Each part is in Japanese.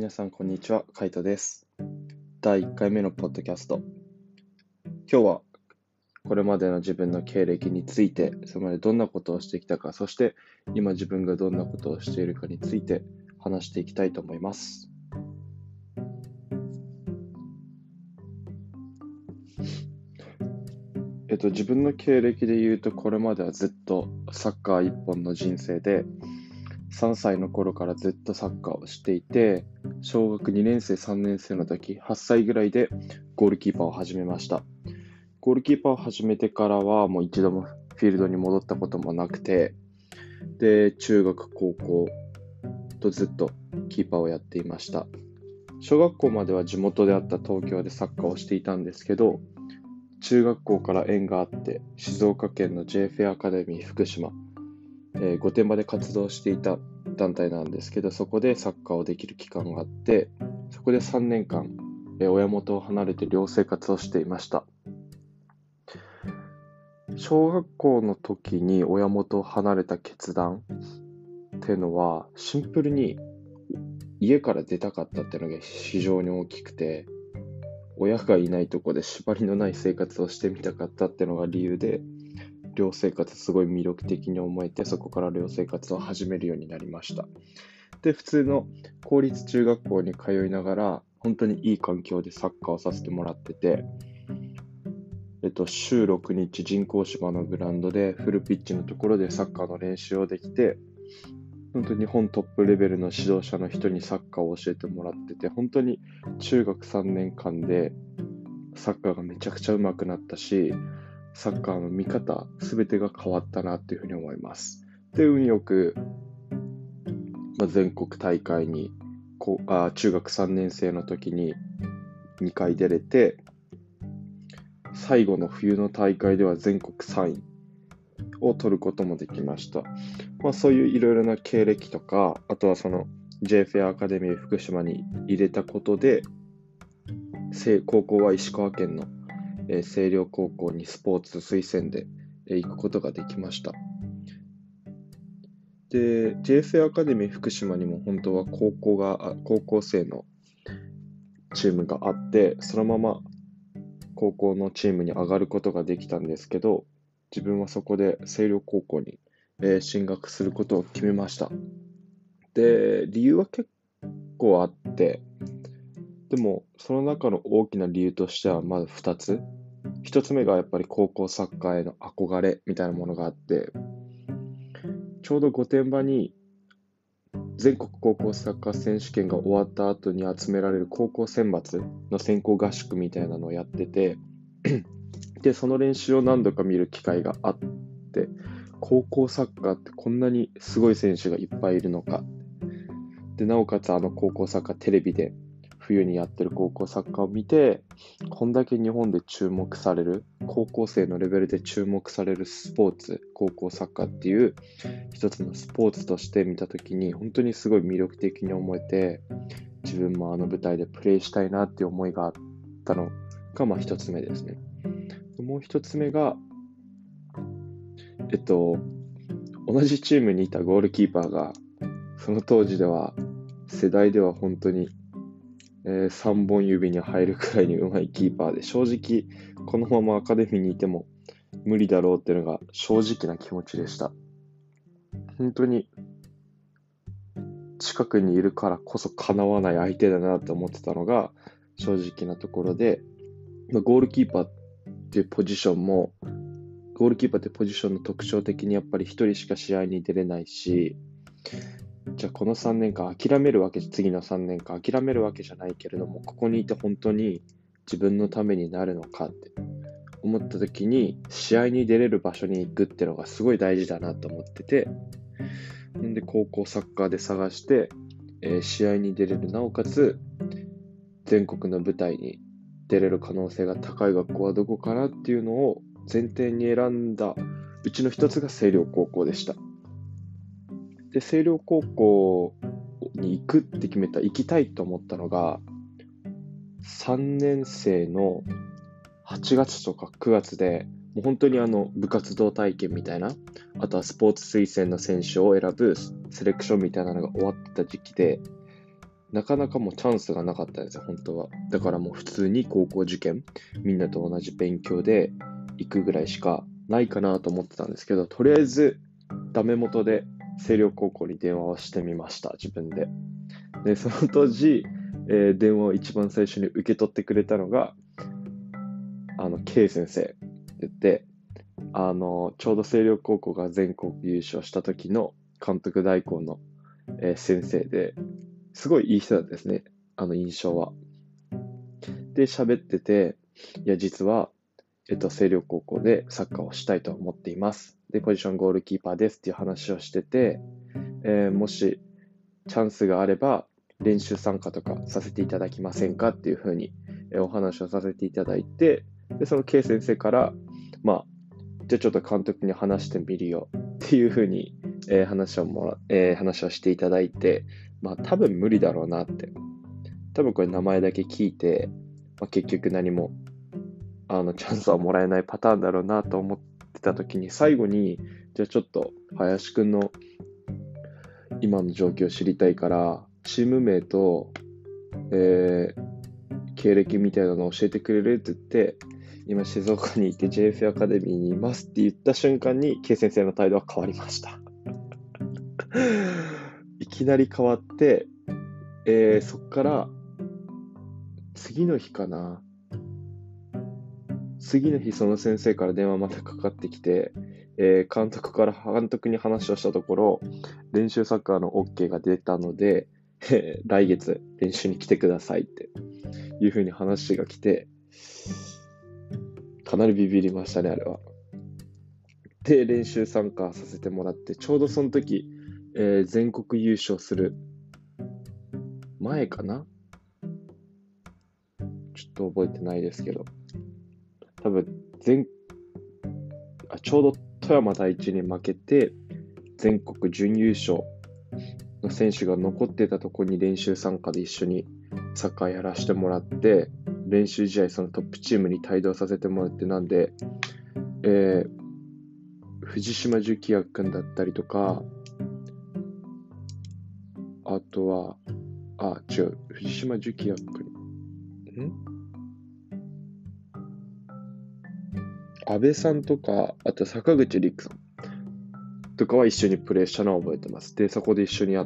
皆さん、こんにちは。カイトです。第1回目のポッドキャスト。今日はこれまでの自分の経歴について、それまでどんなことをしてきたか、そして今自分がどんなことをしているかについて話していきたいと思います。自分の経歴で言うと、これまではずっとサッカー一本の人生で、3歳の頃からずっとサッカーをしていて、小学2年生、3年生の時、8歳ぐらいでゴールキーパーを始めました。ゴールキーパーを始めてからはもう一度もフィールドに戻ったこともなくて、で、中学、高校とずっとキーパーをやっていました。小学校までは地元であった東京でサッカーをしていたんですけど、中学校から縁があって、静岡県の JFA アカデミー福島、御殿場で活動していた団体なんですけど、そこでサッカーをできる期間があって、そこで3年間、親元を離れて寮生活をしていました。小学校の時に親元を離れた決断っていうのは、シンプルに家から出たかったっていうのが非常に大きくて、親がいないとこで縛りのない生活をしてみたかったっていうのが理由で、寮生活すごい魅力的に思えて、そこから寮生活を始めるようになりました。で、普通の公立中学校に通いながら、本当にいい環境でサッカーをさせてもらってて、週6日人工芝のグラウンドでフルピッチのところでサッカーの練習をできて、本当に日本トップレベルの指導者の人にサッカーを教えてもらってて、本当に中学3年間でサッカーがめちゃくちゃ上手くなったし、サッカーの見方全てが変わったなっていうふうに思います。で、運よく、全国大会に中学3年生の時に2回出れて、最後の冬の大会では全国3位を取ることもできました。そういういろいろな経歴とか、あとはその JFA アカデミー福島に入れたことで、高校は石川県の星稜高校にスポーツ推薦で行くことができました。で、JFA アカデミー福島にも本当は高校生のチームがあって、そのまま高校のチームに上がることができたんですけど、自分はそこで星稜高校に進学することを決めました。で、理由は結構あって、でもその中の大きな理由としてはまず2つ。1つ目がやっぱり高校サッカーへの憧れみたいなものがあって、ちょうど御殿場に全国高校サッカー選手権が終わった後に集められる高校選抜の選考合宿みたいなのをやってて、で、その練習を何度か見る機会があって、高校サッカーってこんなにすごい選手がいっぱいいるのか。で、なおかつ高校サッカーテレビで冬にやってる高校サッカーを見て、こんだけ日本で注目される、高校生のレベルで注目されるスポーツ、高校サッカーっていう一つのスポーツとして見たときに、本当にすごい魅力的に思えて、自分も舞台でプレーしたいなっていう思いがあったのが、一つ目ですね。もう一つ目が、同じチームにいたゴールキーパーが、その当時では、世代では本当に、3本指に入るくらいに上手いキーパーで、正直、このままアカデミーにいても無理だろうっていうのが正直な気持ちでした。本当に、近くにいるからこそ叶わない相手だなと思ってたのが正直なところで、ゴールキーパーっていうポジションも、ゴールキーパーってポジションの特徴的にやっぱり一人しか試合に出れないし、じゃあこの3年間次の3年間諦めるわけじゃないけれども、ここにいて本当に自分のためになるのかって思った時に、試合に出れる場所に行くっていうのがすごい大事だなと思ってて、で高校サッカーで探して、試合に出れる、なおかつ全国の舞台に出れる可能性が高い学校はどこかなっていうのを前提に選んだうちの一つが星稜高校でした。で、星稜高校に行きたいと思ったのが、3年生の8月とか9月で、もう本当に部活動体験みたいな、あとはスポーツ推薦の選手を選ぶセレクションみたいなのが終わってた時期で、 なかなかもうチャンスがなかったんですよ、本当は。だからもう普通に高校受験、みんなと同じ勉強で行くぐらいしかないかなと思ってたんですけど、とりあえずダメ元で星稜高校に電話をしてみました、自分で。で、その当時、電話を一番最初に受け取ってくれたのが、K 先生って言って、ちょうど星稜高校が全国優勝した時の監督代行の、先生で、すごいいい人だったですね、印象は。で、喋ってて、いや、実は、星稜高校でサッカーをしたいと思っています。で、ポジションゴールキーパーですっていう話をしてて、もしチャンスがあれば練習参加とかさせていただきませんかっていうふうにお話をさせていただいて、で、その K 先生から、まあ、じゃあちょっと監督に話してみるよっていうふうに、話をしていただいて、まあ多分無理だろうなって。多分これ名前だけ聞いて、まあ、結局何もチャンスはもらえないパターンだろうなと思ってた時に、最後に、じゃあちょっと林くんの今の状況を知りたいから、チーム名と、経歴みたいなのを教えてくれるって言って、今静岡にいて JF アカデミーにいますって言った瞬間に、K 先生の態度は変わりました。いきなり変わって、そっから次の日かな。次の日その先生から電話またかかってきて、監督に話をしたところ、練習サッカーの OK が出たので、来月練習に来てくださいっていう風に話が来て、かなりビビりましたね、あれは。で、練習参加させてもらって、ちょうどその時、全国優勝する前かな、ちょっと覚えてないですけど、多分ちょうど富山第一に負けて、全国準優勝の選手が残ってたところに練習参加で一緒にサッカーやらせてもらって、練習試合そのトップチームに帯同させてもらって、なんで、藤島樹也君だったりとか、あとは、藤島樹也君、安倍さんとか、あと坂口陸さんとかは一緒にプレーしたのを覚えてます。で、そこで一緒にやって、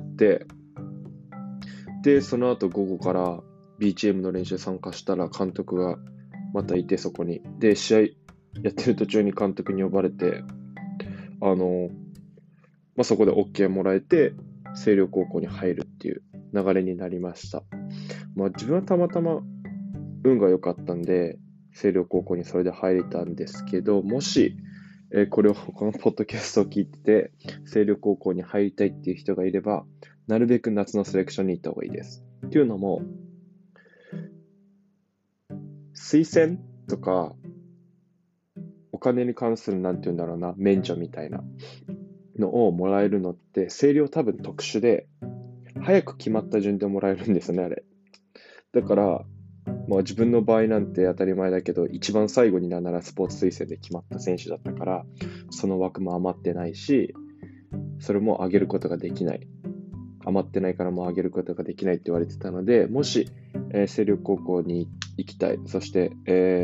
で、その後午後から BGM の練習参加したら監督がまたいてそこに。で、試合やってる途中に監督に呼ばれて、そこで OK もらえて、星稜高校に入るっていう流れになりました。自分はたまたま運が良かったんで、星稜高校にそれで入れたんですけど、もし、このポッドキャストを聞いてて、星稜高校に入りたいっていう人がいれば、なるべく夏のセレクションに行った方がいいです。っていうのも、推薦とか、お金に関する免除みたいなのをもらえるのって、星稜多分特殊で、早く決まった順でもらえるんですね、あれ。だから、自分の場合なんて当たり前だけど、一番最後になんならスポーツ推薦で決まった選手だったから、その枠も余ってないし、それも上げることができない。余ってないからもう上げることができないって言われてたので、もし、星稜高校に行きたい、そして、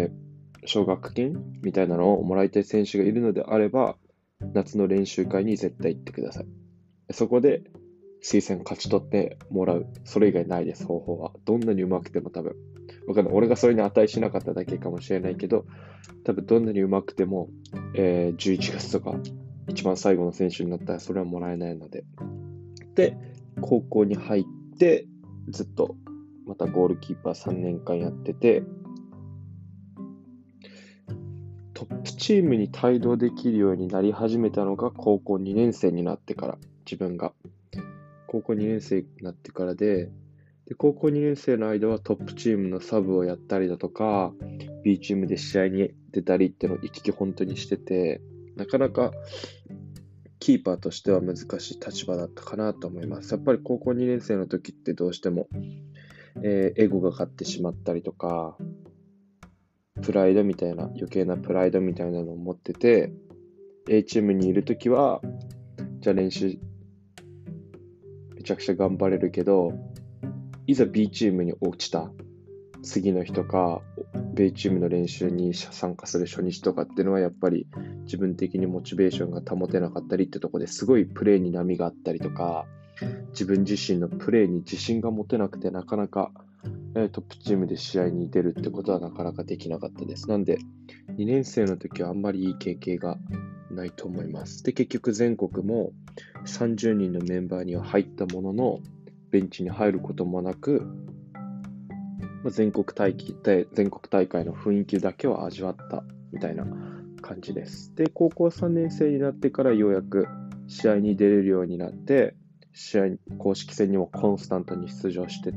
奨学金みたいなのをもらいたい選手がいるのであれば、夏の練習会に絶対行ってください。そこで推薦勝ち取ってもらう。それ以外ないです、方法は。どんなに上手くても多分。わかんない。俺がそれに値しなかっただけかもしれないけど、多分どんなに上手くても、11月とか一番最後の選手になったらそれはもらえないので。で、高校に入って、ずっとまたゴールキーパー3年間やってて、トップチームに帯同できるようになり始めたのが高校2年生になってから、自分が。高校2年生になってからで、高校2年生の間はトップチームのサブをやったりだとか、B チームで試合に出たりっていうのを行き来本当にしてて、なかなかキーパーとしては難しい立場だったかなと思います。やっぱり高校2年生の時ってどうしても、エゴが勝ってしまったりとか、余計なプライドみたいなのを持ってて、A チームにいる時は、じゃあ練習めちゃくちゃ頑張れるけど、 いざ B チームに落ちた次の日とか、米チームの練習に参加する初日とかっていうのはやっぱり自分的にモチベーションが保てなかったりってところですごいプレーに波があったりとか、自分自身のプレーに自信が持てなくてなかなかトップチームで試合に出るってことはなかなかできなかったです。なんで2年生の時はあんまりいい経験がないと思います。で、結局全国も30人のメンバーには入ったものの、ベンチに入ることもなく、全国大会の雰囲気だけを味わったみたいな感じです。で、高校3年生になってからようやく試合に出れるようになって、公式戦にもコンスタントに出場してって、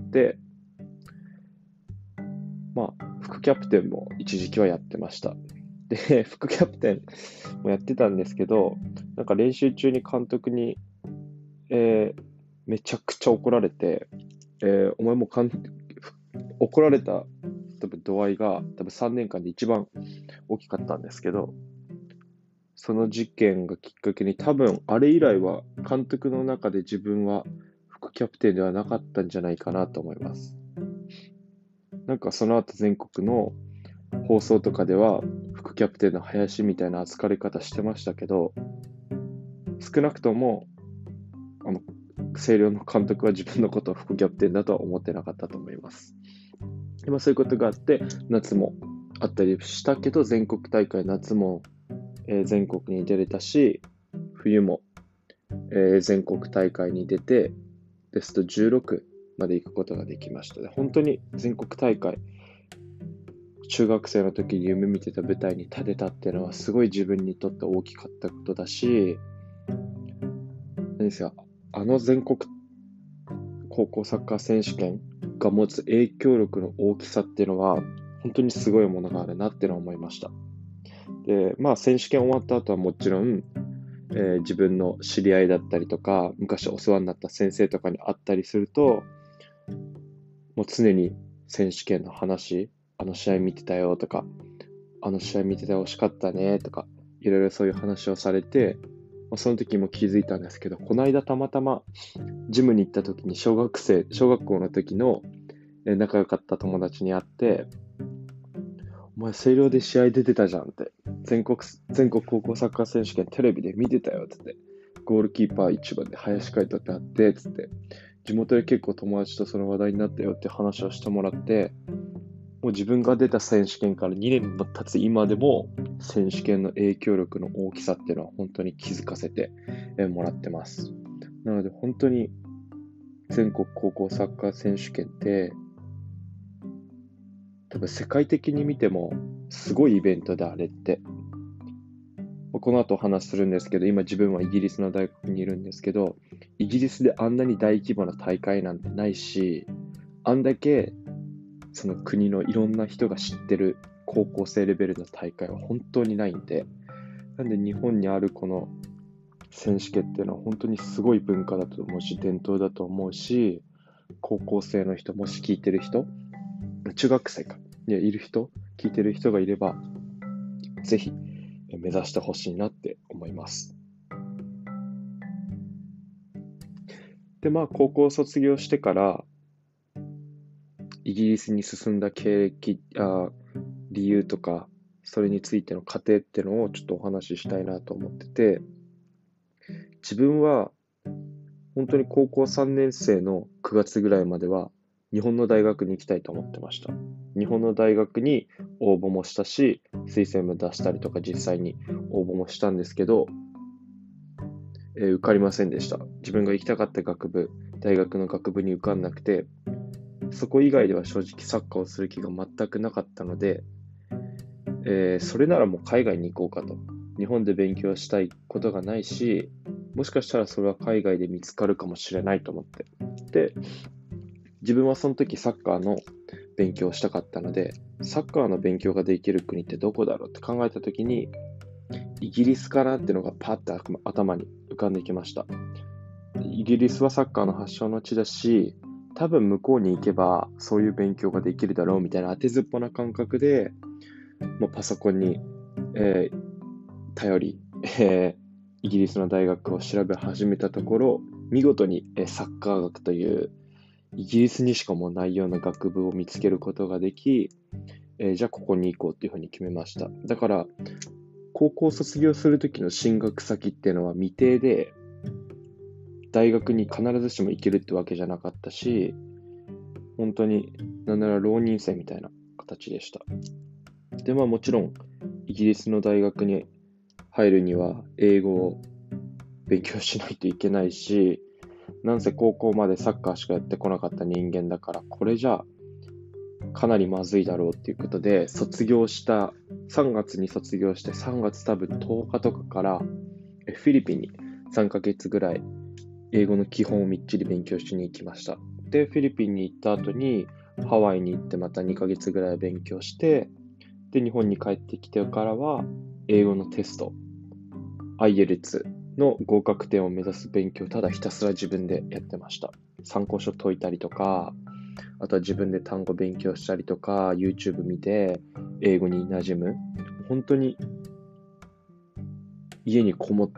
副キャプテンも一時期はやってました。で、副キャプテンもやってたんですけど、なんか練習中に監督に、めちゃくちゃ怒られて、お前も怒られた多分度合いが多分3年間で一番大きかったんですけど、その事件がきっかけに多分あれ以来は監督の中で自分は副キャプテンではなかったんじゃないかなと思います。なんかその後全国の放送とかでは副キャプテンの林みたいな扱われ方してましたけど、少なくとも星稜の監督は自分のことを副キャプテンだとは思ってなかったと思います。でそういうことがあって夏もあったりしたけど、全国大会夏も、全国に出れたし、冬も、全国大会に出てベスト16まで行くことができました。で本当に全国大会、中学生の時に夢見てた舞台に立てたっていうのはすごい自分にとって大きかったことだし、何ですか、全国高校サッカー選手権が持つ影響力の大きさっていうのは本当にすごいものがあるなっていうのを思いました。で、選手権終わった後はもちろん、自分の知り合いだったりとか、昔お世話になった先生とかに会ったりすると、もう常に選手権の話、あの試合見てたよとか、あの試合見てて惜しかったねとか、いろいろそういう話をされて、その時も気づいたんですけど、この間たまたまジムに行った時に小学校の時の仲良かった友達に会って、お前星稜で試合出てたじゃんって、全国高校サッカー選手権テレビで見てたよって言って、ゴールキーパー1番で林海斗ってあってつって、地元で結構友達とその話題になったよって話をしてもらって、もう自分が出た選手権から2年経つ今でも選手権の影響力の大きさっていうのは本当に気づかせてもらってます。なので本当に全国高校サッカー選手権って多分世界的に見てもすごいイベントであれって、この後お話しするんですけど、今自分はイギリスの大学にいるんですけど、イギリスであんなに大規模な大会なんてないし、あんだけその国のいろんな人が知ってる高校生レベルの大会は本当にないんで、なんで日本にあるこの選手権っていうのは本当にすごい文化だと思うし、伝統だと思うし、高校生の人、もし聞いてる人、中学生か、いる人、聞いてる人がいれば、ぜひ目指してほしいなって思います。で、高校卒業してから、イギリスに進んだ理由とか、それについての過程っていうのをちょっとお話ししたいなと思ってて、自分は本当に高校3年生の9月ぐらいまでは日本の大学に行きたいと思ってました。日本の大学に応募もしたし、推薦も出したりとか実際に応募もしたんですけど、受かりませんでした。自分が行きたかった大学の学部に受かんなくて、そこ以外では正直サッカーをする気が全くなかったので、それならもう海外に行こうかと。日本で勉強したいことがないし、もしかしたらそれは海外で見つかるかもしれないと思って。で、自分はその時サッカーの勉強をしたかったので、サッカーの勉強ができる国ってどこだろうって考えた時に、イギリスかなっていうのがパッと頭に浮かんできました。イギリスはサッカーの発祥の地だし、多分向こうに行けばそういう勉強ができるだろうみたいな当てずっぽな感覚で、もうパソコンに、頼り、イギリスの大学を調べ始めたところ、見事に、サッカー学というイギリスにしかもうないような学部を見つけることができ、じゃあここに行こうっていうふうに決めました。だから、高校卒業するときの進学先っていうのは未定で、大学に必ずしも行けるってわけじゃなかったし、本当に、なんなら浪人生みたいな形でした。で、まあもちろん、イギリスの大学に入るには、英語を勉強しないといけないし、なんせ高校までサッカーしかやってこなかった人間だから、これじゃかなりまずいだろうっていうことで、3月に卒業して、3月多分10日とかからフィリピンに3ヶ月ぐらい英語の基本をみっちり勉強しに行きました。で、フィリピンに行った後にハワイに行ってまた2ヶ月ぐらい勉強して、で、日本に帰ってきてからは英語のテスト、IELTS の合格点を目指す勉強をただひたすら自分でやってました。参考書解いたりとか、あとは自分で単語勉強したりとか、YouTube 見て英語に馴染む。本当に家にこもって、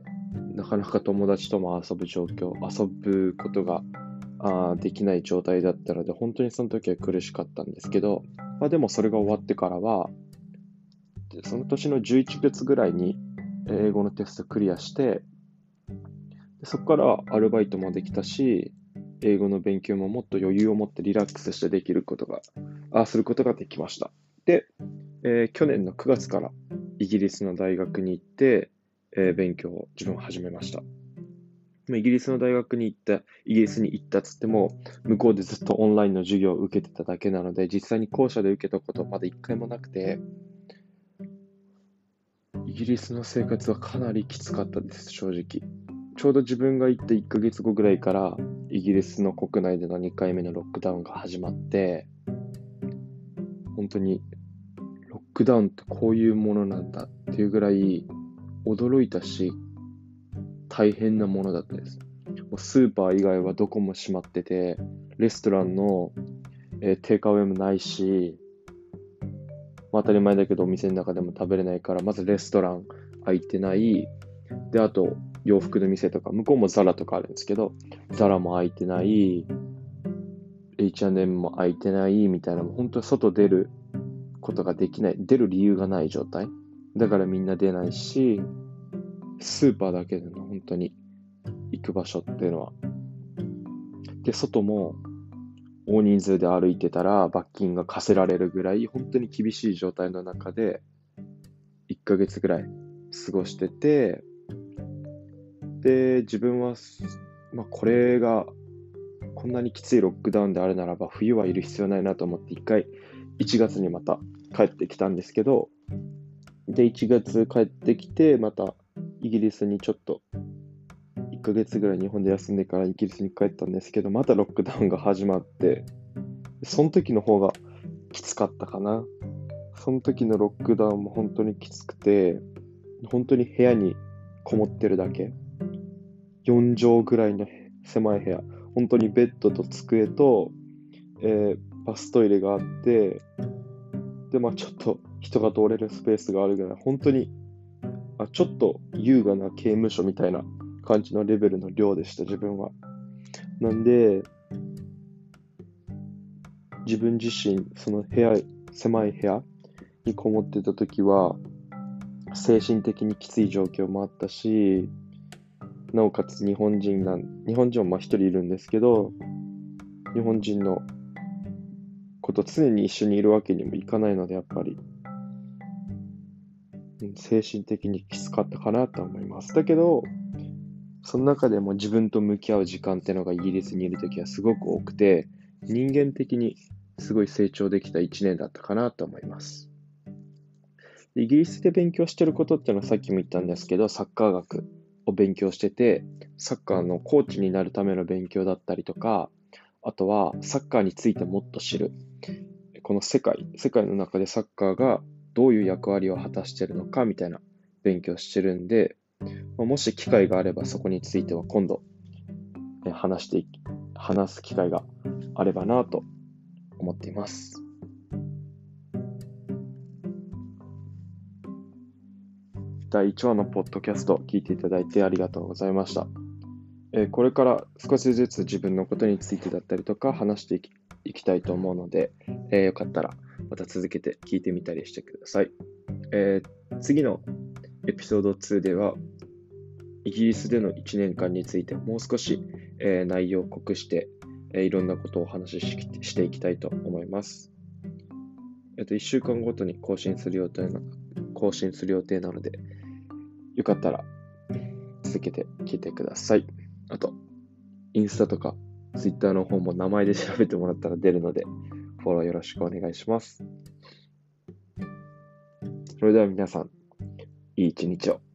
なかなか友達とも遊ぶことができない状態だったので、本当にその時は苦しかったんですけど、まあでもそれが終わってからは、その年の11月ぐらいに英語のテストクリアして、そこからアルバイトもできたし、英語の勉強ももっと余裕を持ってリラックスしてできることが、することができました。で、去年の9月からイギリスの大学に行って、勉強を自分は始めました。イギリスの大学に行った、イギリスに行ったっつっても、向こうでずっとオンラインの授業を受けてただけなので、実際に校舎で受けたことまだ一回もなくて、イギリスの生活はかなりきつかったです、正直。ちょうど自分が行った1ヶ月後ぐらいから、イギリスの国内での2回目のロックダウンが始まって、本当にロックダウンってこういうものなんだっていうぐらい驚いたし、大変なものだったです。もうスーパー以外はどこも閉まってて、レストランの、テイクアウェイもないし、当たり前だけどお店の中でも食べれないから、まずレストラン空いてない。で、あと洋服の店とか、向こうもザラとかあるんですけど、ザラも空いてない、H&M も空いてないみたいな、もう本当に外出ることができない、出る理由がない状態。だからみんな出ないし、スーパーだけでの本当に行く場所っていうのは。で、外も大人数で歩いてたら罰金が課せられるぐらい本当に厳しい状態の中で1ヶ月ぐらい過ごしてて、で、自分は、これがこんなにきついロックダウンであるならば冬はいる必要ないなと思って1回1月にまた帰ってきたんですけど、で、1月帰ってきてまたイギリスにちょっと1ヶ月ぐらい日本で休んでからイギリスに帰ったんですけど、またロックダウンが始まって、その時の方がきつかったかな。その時のロックダウンも本当にきつくて、本当に部屋にこもってるだけ。4畳ぐらいの狭い部屋。本当にベッドと机と、バストイレがあって、で、ちょっと人が通れるスペースがあるぐらい、本当に、ちょっと優雅な刑務所みたいな感じのレベルの量でした、自分は。なんで、自分自身、その狭い部屋にこもってた時は、精神的にきつい状況もあったし、なおかつ日本人は一人いるんですけど、日本人のこと常に一緒にいるわけにもいかないので、やっぱり、精神的にきつかったかなと思います。だけど、その中でも自分と向き合う時間ってのがイギリスにいるときはすごく多くて、人間的にすごい成長できた1年だったかなと思います。イギリスで勉強してることってのはさっきも言ったんですけど、サッカー学を勉強してて、サッカーのコーチになるための勉強だったりとか、あとはサッカーについてもっと知る。この世界の中でサッカーがどういう役割を果たしているのかみたいな勉強してるんで、もし機会があればそこについては今度話す機会があればなと思っています。第1話のポッドキャスト聞いていただいてありがとうございました。 これから少しずつ自分のことについてだったりとか話していきたいと思うので、よかったらまた続けて聞いてみたりしてください。次のエピソード2では、イギリスでの1年間についてもう少し、内容を濃くして、いろんなことをお話ししていきたいと思います。1週間ごとに更新する予定なので、よかったら続けて聞いてください。あと、インスタとかツイッターの方も名前で調べてもらったら出るので、フォローよろしくお願いします。それでは皆さん、いい一日を。